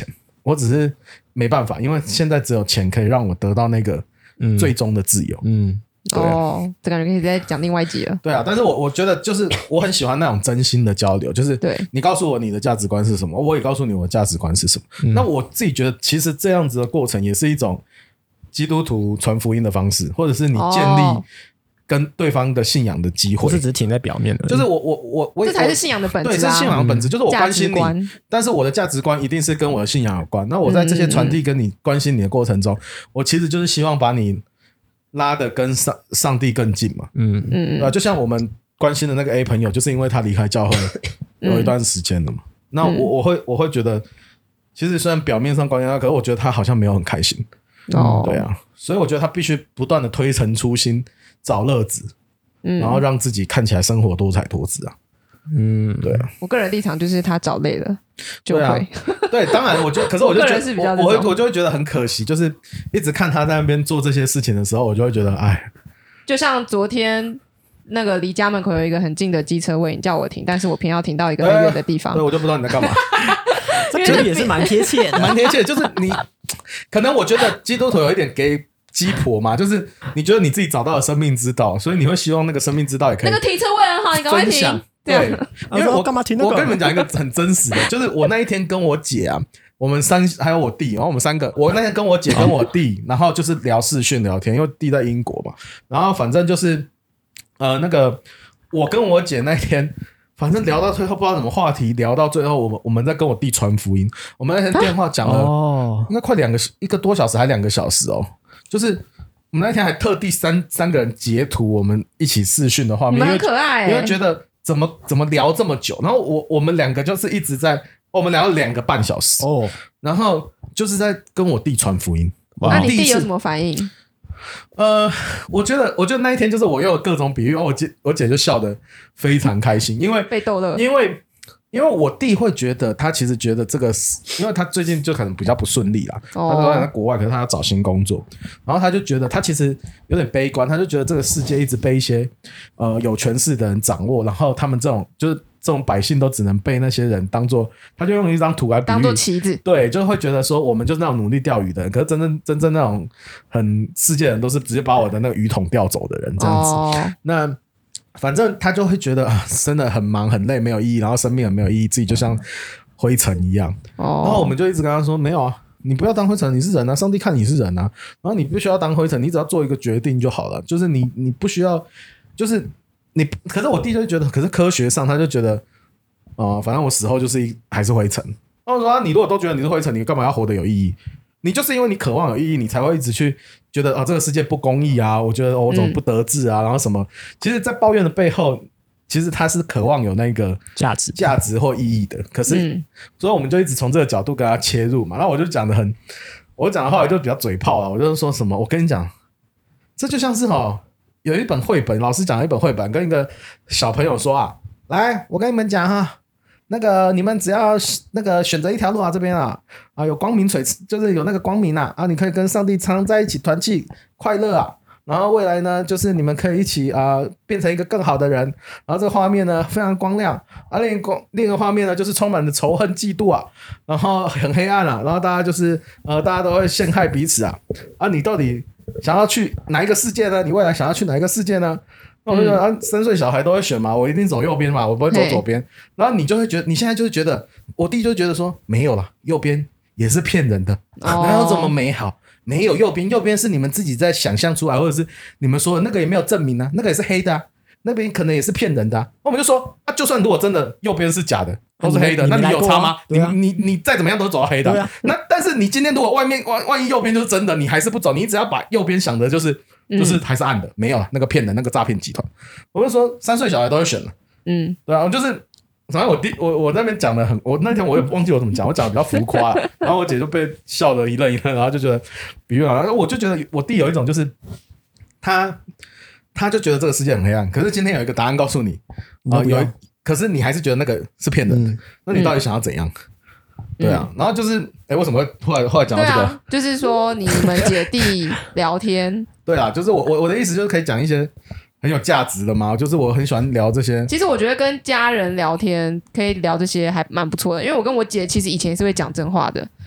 我只是没办法，因为现在只有钱可以让我得到那个最终的自由。 嗯， 嗯哦，这感觉可以再讲另外一集了。 对啊，但是我我觉得就是我很喜欢那种真心的交流，就是对你告诉我你的价值观是什么，我也告诉你我的价值观是什么。 嗯、 那我自己觉得，其实这样子的过程也是一种基督徒传福音的方式，或者是你建立跟对方的信仰的机会， 不是只停在表面的， 就是我我我我这才是信仰的本质、啊。 对，这是信仰的本质，就是我关心你，但是我的价值观一定是跟我的信仰有关。那我在这些传递跟你关心你的过程中，嗯、我其实就是希望把你拉得跟上上帝更近嘛。嗯嗯，对，就像我们关心的那个 A 朋友，就是因为他离开教会有一段时间了嘛。嗯、那我我会我会觉得，其实虽然表面上关心他，可是我觉得他好像没有很开心。哦，对啊，所以我觉得他必须不断的推陈出新，找乐子。嗯、然后让自己看起来生活多彩多姿啊，嗯，对啊。 我个人立场就是他找累了就会，对、啊， 对，当然我就，可是我就觉得我我会我就会觉得很可惜，就是一直看他在那边做这些事情的时候，我就会觉得，哎， 就像昨天那个离家门口有一个很近的机车位，你叫我停，但是我偏要停到一个很远的地方， 对，我就不知道你在干嘛。 这也是蛮贴切的， 蛮贴切的，就是你可能我觉得基督徒有一点给。鸡婆嘛，就是你觉得你自己找到了生命之道，所以你会希望那个生命之道也可以那个停车位很好，你赶快停。 对，因为我干嘛停那个？ 我跟你们讲一个很真实的，就是我那一天跟我姐啊，我们三还有我弟，然后我们三个，我那天跟我姐跟我弟，然后就是聊视讯聊天，因为弟在英国嘛，然后反正就是呃那个我跟我姐那天。反正聊到最后不知道什么话题，聊到最后我们我们在跟我弟传福音，我们那天电话讲了应该快两个一个多小时还两个小时哦，就是我们那天还特地三三个人截图我们一起视讯的画面， 你们很可爱、欸， 因为觉得怎么怎么聊这么久，然后我我们两个就是一直在我们聊了两个半小时哦，然后就是在跟我弟传福音。 那你弟有什么反应？ 呃，我觉得，我觉得那一天就是我用了各种比喻，我姐我姐就笑得非常开心，因为被逗乐， 因为因为我弟会觉得他其实觉得这个，因为他最近就可能比较不顺利啦，哦、他说在国外，可是他要找新工作，然后他就觉得他其实有点悲观，他就觉得这个世界一直被一些呃有权势的人掌握，然后他们这种就是。这种百姓都只能被那些人当做，他就用一张图来比喻， 当做旗子， 对，就会觉得说我们就是那种努力钓鱼的人，可是真正真正那种很世界人都是直接把我的那个鱼桶钓走的人，这样子。哦、那反正他就会觉得啊，真的很忙很累，没有意义，然后生命很没有意义，自己就像灰尘一样。哦、然后我们就一直跟他说，没有啊，你不要当灰尘，你是人啊，上帝看你是人啊，然后你不需要当灰尘，你只要做一个决定就好了，就是你你不需要，就是。你可是我弟就觉得，可是科学上他就觉得，呃，反正我死后就是一还是灰尘。然后我说、啊，你如果都觉得你是灰尘，你干嘛要活得有意义？你就是因为你渴望有意义，你才会一直去觉得啊，这个世界不公义啊，我觉得、哦、我怎么不得志啊，嗯、然后什么？其实，在抱怨的背后，其实他是渴望有那个价值、 价值或意义的。可是，嗯、所以我们就一直从这个角度跟他切入嘛。然后我就讲的很，我讲的话就比较嘴炮了。我就是说什么，我跟你讲，这就像是哈。有一本绘本，老师讲了一本绘本，跟一个小朋友说啊，来，我跟你们讲哈，那个你们只要那个选择一条路啊，这边啊啊有光明璀，就是有那个光明啊啊，你可以跟上帝常在一起，团契快乐啊，然后未来呢，就是你们可以一起啊、呃、变成一个更好的人，然后这个画面呢非常光亮啊，另一个另一个画面呢就是充满了仇恨、嫉妒啊，然后很黑暗啊，然后大家就是呃大家都会陷害彼此啊啊，你到底？想要去哪一个世界呢？你未来想要去哪一个世界呢？那我就说、嗯、啊，三岁小孩都会选嘛，我一定走右边嘛，我不会走左边。然后你就会觉得，你现在就是觉得，我弟就觉得说，没有了，右边也是骗人的，哪有这么美好？没有右边，右边是你们自己在想象出来，或者是你们说的那个也没有证明啊，那个也是黑的啊，那边可能也是骗人的啊。我们就说啊，就算如果真的右边是假的，都是黑的，那你有差吗？你、啊、你 你, 你再怎么样都走到黑的、啊。那但是你今天如果外面万万一右边就是真的，你还是不走，你只要把右边想的就是就是还是暗的，嗯、没有了那个骗人那个诈骗集团。我就说三岁小孩都会选了，嗯，对啊，就是反正我弟我我那边讲的很，我那天我也忘记我怎么讲，我讲的比较浮夸，然后我姐就被笑得一愣一愣，然后就觉得比喻好，然后我就觉得我弟有一种就是他他就觉得这个世界很黑暗，可是今天有一个答案告诉你，啊、呃、有一。可是你还是觉得那个是骗人的、嗯，那你到底想要怎样？嗯、对啊，然后就是，哎，为什么会后来后来讲到这个、啊？ 就是说你们姐弟聊天。 对啊，就是我我我的意思就是可以讲一些很有价值的嘛，就是我很喜欢聊这些。 其实我觉得跟家人聊天可以聊这些还蛮不错的，因为我跟我姐其实以前是会讲真话的，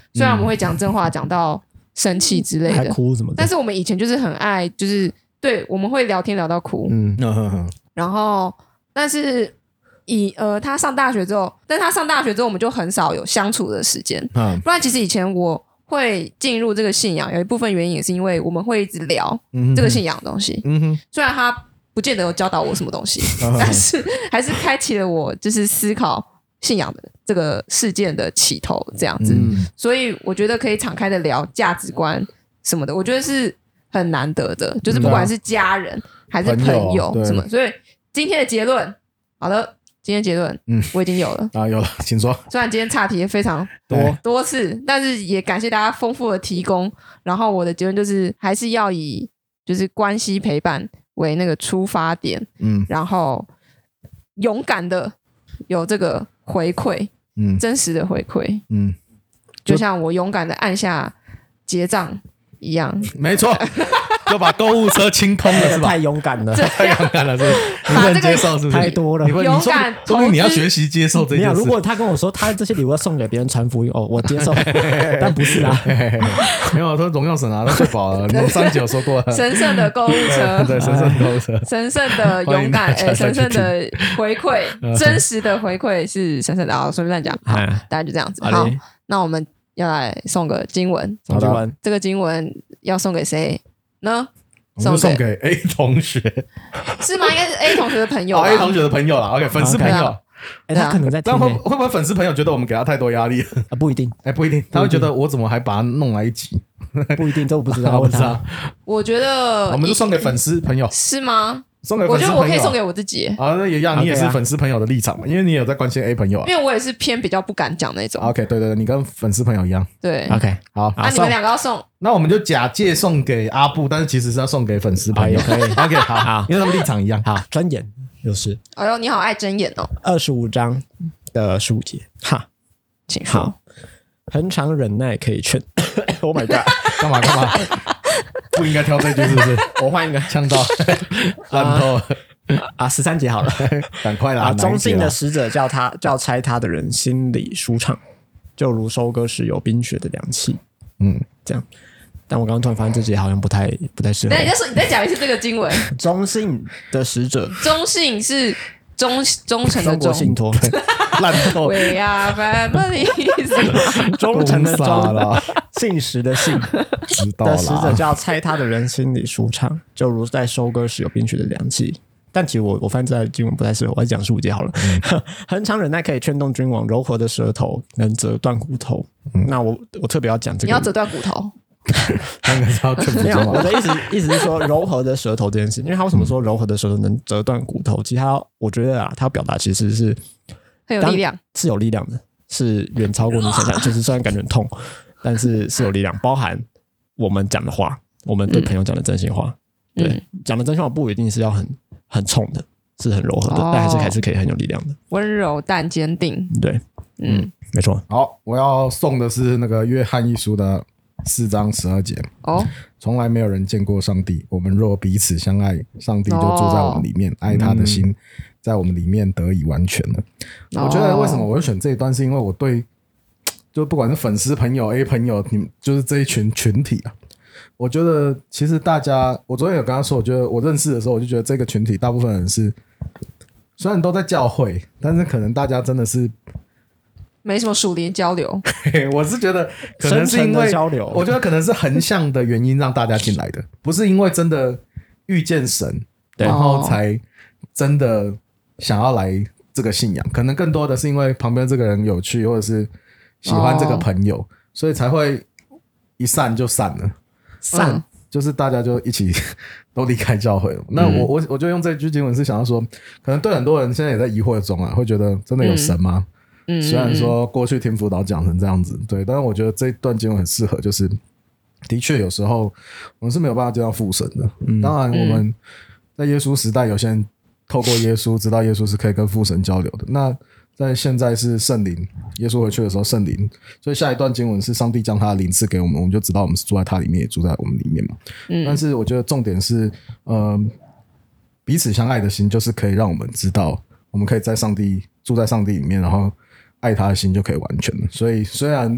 虽然我们会讲真话讲到生气之类的， 还哭什么的， 但是我们以前就是很爱，就是对我们会聊天聊到哭，嗯，然后但是以呃他上大学之后，但他上大学之后我们就很少有相处的时间，嗯，不然其实以前我会进入这个信仰，有一部分原因也是因为我们会一直聊这个信仰的东西，嗯哼，虽然他不见得有教导我什么东西，但是还是开启了我就是思考信仰的这个事件的起头这样子，嗯，所以我觉得可以敞开的聊价值观什么的，我觉得是很难得的，就是不管是家人还是朋友什么，所以今天的结论，好的，今天结论，嗯，我已经有了啊， 有了，请说。 虽然今天岔题也非常多多次，但是也感谢大家丰富的提供。然后我的结论就是，还是要以就是关系陪伴为那个出发点，嗯，然后勇敢的有这个回馈，嗯，真实的回馈，嗯，就像我勇敢的按下结账一样， 没错。就把购物车清空了是吧？ 太勇敢了， 太勇敢了，是不是？你不能接受是不是？ 太多了， 你会勇敢， 说明你要学习接受这件事。 如果他跟我说他这些礼物要送给别人传福音，哦，我接受，但不是啦。 没有，他荣耀神啊，他最饱了。你上集有说过， 神圣的购物车， 对，神圣的购物车， 神圣的勇敢，哎，神圣的回馈，真实的回馈是神圣的啊，随便乱讲，好，大家就这样子。好，那我们要来送个经文， 送经文， 这个经文要送给谁呢？ 我们就送给 A 同学， 是吗？应该是 A 同学的朋友吧， A 同学的朋友啦。OK， 粉丝朋友， 哎，他可能在听， 但会会不会粉丝朋友觉得我们给他太多压力啊？不一定， 哎，不一定，他会觉得我怎么还把他弄来一集？ 不一定，这我不知道，问他。 我觉得我们就送给粉丝朋友， 是吗？ 送给粉丝朋友， 我觉得我可以送给我自己啊，那也一样，你也是粉丝朋友的立场嘛，因为你有在关心 A 朋友啊， 因为我也是偏比较不敢讲那种。 OK， 对对对，你跟粉丝朋友一样。 对 ，OK， 好， 那你们两个要送， 那我们就假借送给阿布，但是其实是要送给粉丝朋友，可以 OK， 好，好，因为他们立场一样。 好，真言就是， 哎呦，你好爱真言哦。 二十五章的十五节，哈， 请说。 恒常忍耐可以劝，Oh my god， 干嘛干嘛？不应该挑这句是不是？ 我换一个， 呛到烂透了。 啊，十三节好了， 赶快啦！ 啊，中性的使者叫他叫拆他的人心里舒畅，就如收割时有冰雪的凉气。嗯，这样。但我刚刚突然发现这节好像不太不太适合。 那你再说，你再讲一次这个经文。 中性的使者， 中性是忠忠诚的忠， 中国信托， 烂透。 喂呀， 忠诚的忠，信实的信， 知道的使者叫拆他的人心里舒畅，就如在收割时有冰雪的凉气。但其实我我发现这经文不太适合，我还是讲十五节好了。嗯、恒常忍耐可以劝动君王，柔和的舌头能折断骨头。嗯、那我我特别要讲这个， 你要折断骨头。 应该是要劝没有，我的意思意思是说柔和的舌头这件事，因为他为什么说柔和的舌头能折断骨头？其实他我觉得啊，他表达其实是很有力量， 是有力量的，是远超过你想象。就是虽然感觉很痛，但是是有力量，包含我们讲的话，我们对朋友讲的真心话，嗯、对讲的真心话不一定是要很很冲的，是很柔和的，哦、但还是还是可以很有力量的， 温柔但坚定。 对，嗯，嗯没错。 好，我要送的是那个约翰一书的四章十二节哦，从来没有人见过上帝，我们若彼此相爱，上帝就住在我们里面，哦、爱他的心在我们里面得以完全了。哦、我觉得为什么我会选这一段，是因为我对就不管是粉丝朋友 A 朋友，你们就是这一群群体啊，我觉得其实大家，我昨天有跟他说，我觉得我认识的时候，我就觉得这个群体大部分人是虽然都在教会，但是可能大家真的是没什么属灵交流。 我是觉得可能是因为交流， 我觉得可能是横向的原因让大家进来的，不是因为真的遇见神，然后才真的想要来这个信仰，可能更多的是因为旁边这个人有趣，或者是喜欢这个朋友，哦、所以才会一散就散了。散、嗯、就是大家就一起都离开教会了。那我我我就用这句经文是想要说，可能对很多人现在也在疑惑中啊，会觉得真的有神吗？嗯嗯、虽然说过去听辅导讲成这样子，对，但是我觉得这一段经文很适合，就是的确有时候我们是没有办法见到父神的。嗯、当然我们在耶稣时代，有些人透过耶稣知道耶稣是可以跟父神交流的。那在现在是圣灵，耶稣回去的时候圣灵，所以下一段经文是上帝将他的灵赐给我们，我们就知道我们是住在他里面，也住在我们里面嘛。嗯、但是我觉得重点是，呃，彼此相爱的心，就是可以让我们知道，我们可以在上帝住在上帝里面，然后爱他的心就可以完全了。所以虽然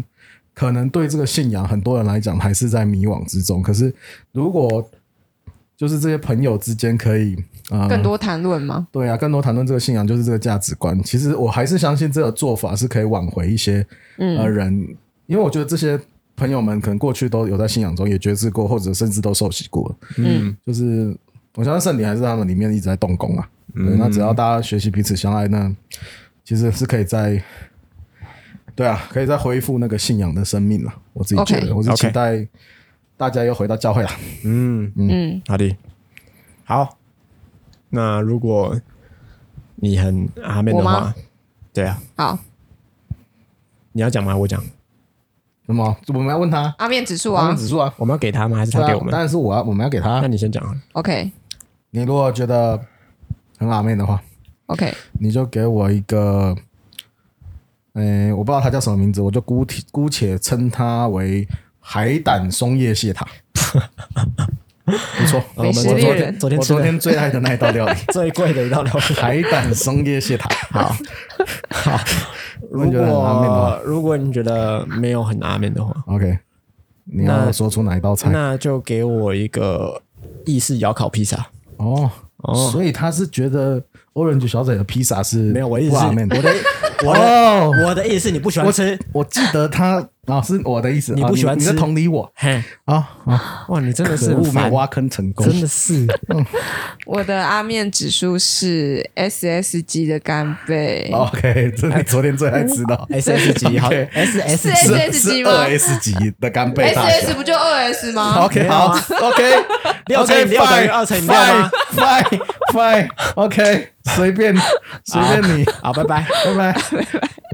可能对这个信仰很多人来讲还是在迷惘之中，可是如果就是这些朋友之间可以、呃、 更多谈论吗？ 对啊，更多谈论这个信仰，就是这个价值观。其实我还是相信这个做法是可以挽回一些、嗯、呃人，因为我觉得这些朋友们可能过去都有在信仰中也觉知过，或者甚至都受洗过。嗯，就是我相信圣灵还是他们里面一直在动工啊。对，那只要大家学习彼此相爱，那其实是可以在对啊，可以再恢复那个信仰的生命了。我自己觉得， okay, 我是期待大家又回到教会了。 嗯嗯，好的，好。那如果你很阿们的话，对啊， 好， 你要讲吗？我讲。 什么？我们要问他阿面指数啊？ 阿面指数啊？ 我们要给他吗？还是他给我们？ 当然是我要，我们要给他。 那你先讲。 OK。 你如果觉得很阿面的话 ，OK， 你就给我一个。诶，我不知道他叫什么名字，我就姑姑且称他为海胆松叶蟹塔。不错， 美食猎人， 昨天我昨天最爱的那一道料理， 最贵的一道料理， 海胆松叶蟹塔。好， 好。如果如果你觉得没有很阿面的话 ，OK， 你要说出哪一道菜？ 那就给我一个意式窑烤披萨。 哦哦，所以他是觉得 Orange 小姐的披萨是没有，我意思是我的我的、 哦、 我的意思是你不喜欢吃。 我, 我记得他啊、哦，是我的意思， 你不喜欢吃， 哦、你, 你在同理我。 嘿啊啊！ 哇，你真的是没有挖坑成功， 真的是。 嗯、 我的阿面指数是 S S 级的干贝。 OK， 这是你昨天最爱吃的 S S 级，好 ，S S 是 S S 级吗？ 二 S 级的干贝大小 ，S S 不就二 S 吗 ？OK， 好 ，OK， 六乘以六等于二乘以六吗 ？Fine，Fine，OK， 随便随便你， 好，拜拜， 拜拜， 拜拜。